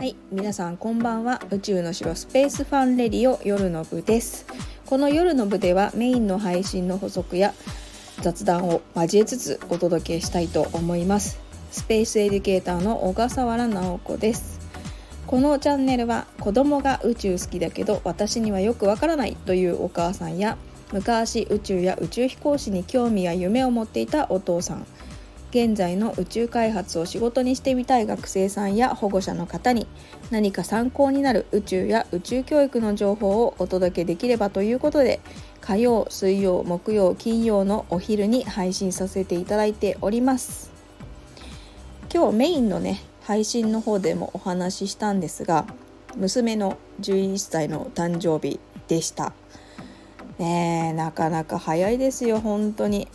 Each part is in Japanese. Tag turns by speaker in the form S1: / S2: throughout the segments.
S1: はい、皆さんこんばんは。宇宙の城スペースファンレディオ夜の部です。この夜の部ではメインの配信の補足や雑談を交えつつお届けしたいと思います。スペースエデュケーターの小笠原直子です。このチャンネルは子供が宇宙好きだけど私にはよくわからないというお母さんや、昔宇宙や宇宙飛行士に興味や夢を持っていたお父さん、現在の宇宙開発を仕事にしてみたい学生さんや保護者の方に何か参考になる宇宙や宇宙教育の情報をお届けできればということで、火曜、水曜、木曜、金曜のお昼に配信させていただいております。今日メインのね配信の方でもお話ししたんですが、娘の11歳の誕生日でしたね。なかなか早いですよ本当に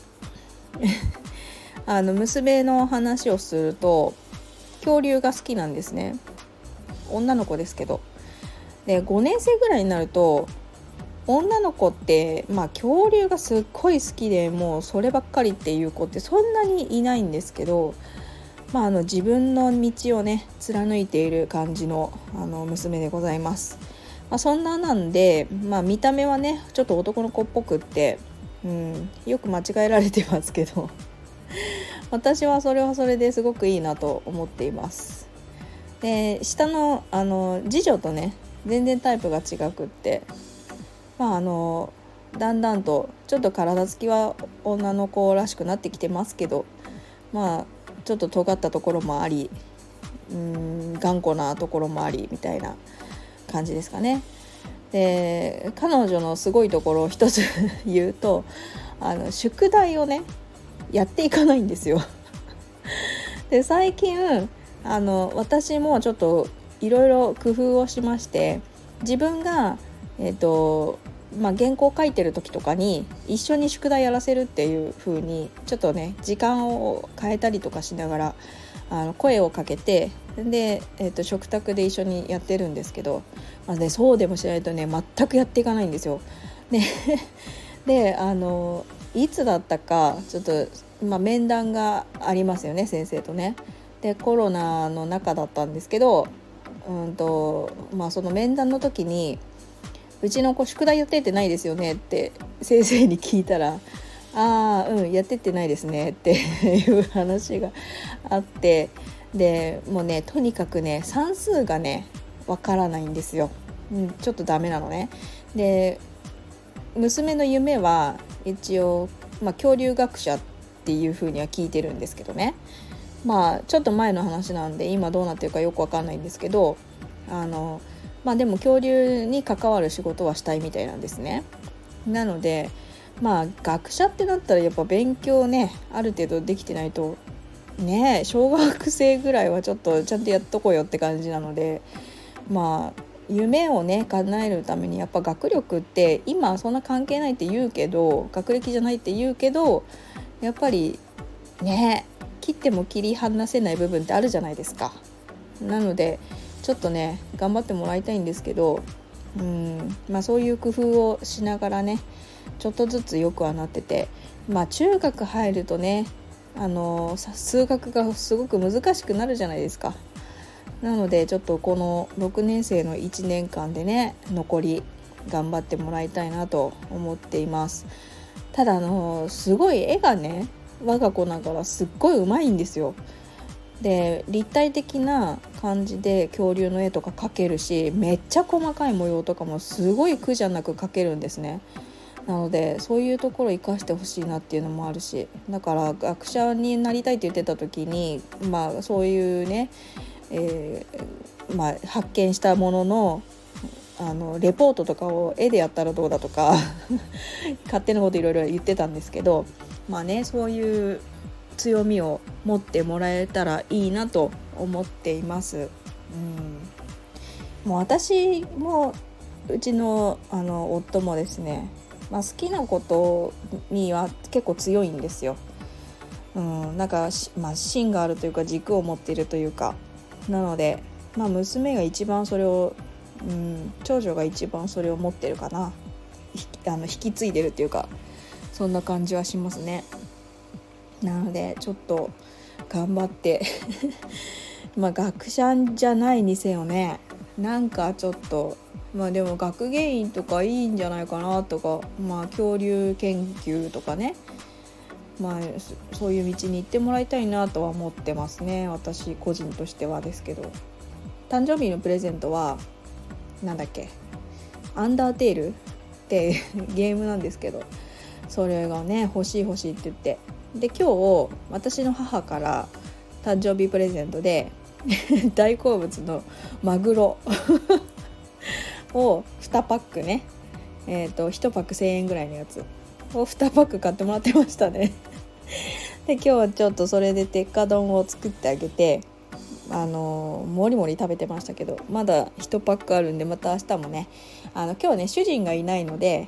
S1: 娘の話をすると、恐竜が好きなんですね。女の子ですけど。で、5年生ぐらいになると女の子って恐竜がすっごい好きで、もうそればっかりっていう子ってそんなにいないんですけど、自分の道をね貫いている感じの娘でございます。そんななんで、見た目はねちょっと男の子っぽくって、よく間違えられてますけど私はそれはそれですごくいいなと思っています。で、下の次女とね全然タイプが違くって、だんだんとちょっと体つきは女の子らしくなってきてますけど、ちょっと尖ったところもあり、頑固なところもありみたいな感じですかね。で、彼女のすごいところを一つ言うと、宿題をねやっていかないんですよで、最近私もちょっといろいろ工夫をしまして、自分が原稿を書いてる時とかに一緒に宿題やらせるっていう風にちょっとね時間を変えたりとかしながら声をかけて、で、食卓で一緒にやってるんですけど、そうでもしないとね全くやっていかないんですよ。でいつだったかちょっと、面談がありますよね、先生とね。で、コロナの中だったんですけど、その面談の時にうちの子宿題やってってないですよねって先生に聞いたら、やってってないですねっていう話があって、でもうねとにかくね算数がねわからないんですよ。ちょっとダメなのね。で、娘の夢は一応、恐竜学者っていう風には聞いてるんですけどね。ちょっと前の話なんで今どうなってるかよくわかんないんですけど、でも恐竜に関わる仕事はしたいみたいなんですね。なので学者ってなったらやっぱ勉強ねある程度できてないとね、小学生ぐらいはちょっとちゃんとやっとこうよって感じなので、夢をね叶えるためにやっぱ学力って今そんな関係ないって言うけど、学歴じゃないって言うけど、やっぱりね切っても切り離せない部分ってあるじゃないですか。なのでちょっとね頑張ってもらいたいんですけど、そういう工夫をしながらねちょっとずつよくはなってて、中学入るとね数学がすごく難しくなるじゃないですか。なのでちょっとこの6年生の1年間でね残り頑張ってもらいたいなと思っています。ただすごい絵がね我が子ながらすっごい上手いんですよ。で、立体的な感じで恐竜の絵とか描けるし、めっちゃ細かい模様とかもすごい苦じゃなく描けるんですね。なのでそういうところを生かしてほしいなっていうのもあるし、だから学者になりたいって言ってた時にそういうね、発見したもののレポートとかを絵でやったらどうだとか勝手なこといろいろ言ってたんですけど、そういう強みを持ってもらえたらいいなと思っています。もう私もうちの夫もですね、好きなことには結構強いんですよ。芯があるというか軸を持っているというか、なので、娘が一番それを、長女が一番それを持ってるかな、引き継いでるっていうか、そんな感じはしますね。なのでちょっと頑張って学者じゃないにせよね、なんかちょっとでも学芸員とかいいんじゃないかなとか、恐竜研究とかね、そういう道に行ってもらいたいなとは思ってますね、私個人としてはですけど。誕生日のプレゼントはなんだっけ、アンダーテールってゲームなんですけど、それがね欲しいって言って、で今日私の母から誕生日プレゼントで大好物のマグロを2パックね、1パック1000円ぐらいのやつを2パック買ってもらってましたねで今日はちょっとそれで鉄火丼を作ってあげて、もりもり食べてましたけど、まだ1パックあるんで、また明日もね、今日ね主人がいないので、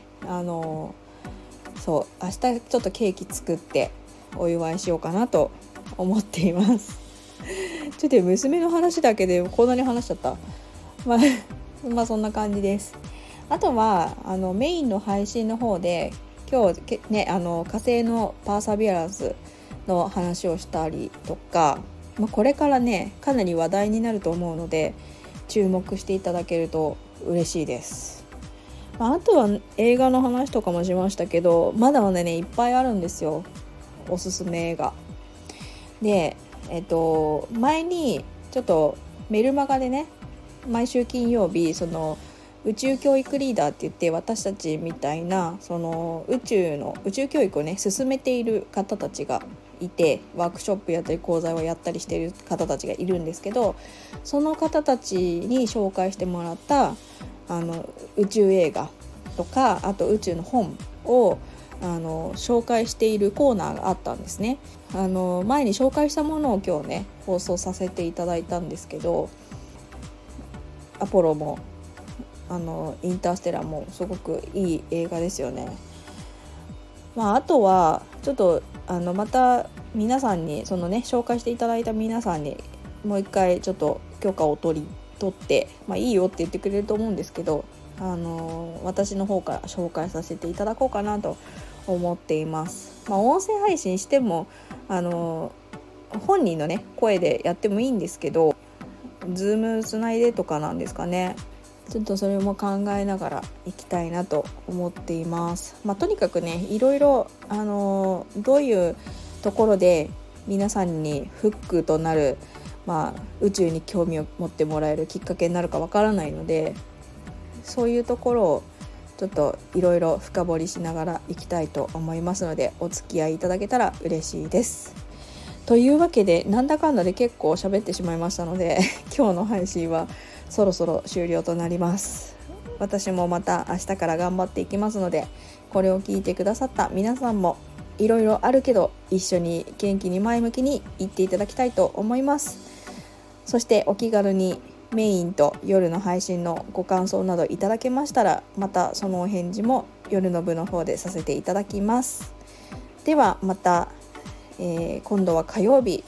S1: そう明日ちょっとケーキ作ってお祝いしようかなと思っていますちょっと娘の話だけでこんなに話しちゃったそんな感じです。あとはメインの配信の方で今日ね火星のパーサビアランスの話をしたりとか、これからねかなり話題になると思うので注目していただけると嬉しいです。あとは映画の話とかもしましたけど、まだまだねいっぱいあるんですよ、おすすめ映画で。前にちょっとメルマガでね、毎週金曜日その宇宙教育リーダーって言って、私たちみたいなその宇宙教育をね進めている方たちがいて、ワークショップやったり講座をやったりしている方たちがいるんですけど、その方たちに紹介してもらった宇宙映画とか、あと宇宙の本を紹介しているコーナーがあったんですね。前に紹介したものを今日ね放送させていただいたんですけど、アポロもインターステラーもすごくいい映画ですよね。あとはちょっとまた皆さんにそのね紹介していただいた皆さんにもう一回ちょっと許可を取って、いいよって言ってくれると思うんですけど、私の方から紹介させていただこうかなと思っています。音声配信しても本人のね声でやってもいいんですけど、ズームつないでとかなんですかね、ちょっとそれも考えながらいきたいなと思っています。とにかくねいろいろどういうところで皆さんにフックとなる、宇宙に興味を持ってもらえるきっかけになるかわからないので、そういうところをちょっといろいろ深掘りしながらいきたいと思いますので、お付き合いいただけたら嬉しいです。というわけでなんだかんだで結構喋ってしまいましたので今日の配信はそろそろ終了となります。私もまた明日から頑張っていきますので、これを聞いてくださった皆さんもいろいろあるけど一緒に元気に前向きにいっていただきたいと思います。そしてお気軽にメインと夜の配信のご感想などいただけましたら、またそのお返事も夜の部の方でさせていただきます。ではまた、今度は火曜日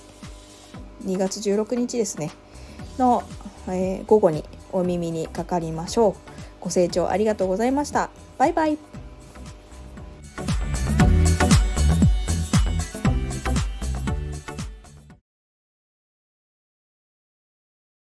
S1: 2月16日ですねの、午後にお耳にかかりましょう。ご清聴ありがとうございました。バイバイ。